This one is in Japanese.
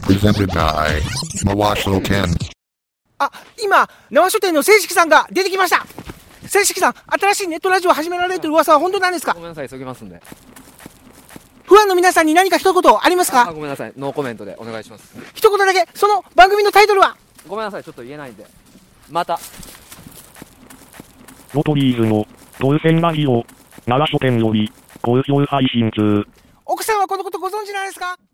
Presented by Mawasho Ken。 あ、今、縄書店の正式さんが出てきました。正式さん、新しいネットラジオを始められるという噂は本当なんですか？ ごめんなさい、急ぎますんで。 ファンの皆さんに何か一言ありますか？ ごめんなさい、ノーコメントでお願いします。 一言だけ、その番組のタイトルは？ ごめんなさい、ちょっと言えないんで。また。 ロトリーズの当選ラジオ、奈良書店より好評配信中。 奥さんはこのことご存知なんですか？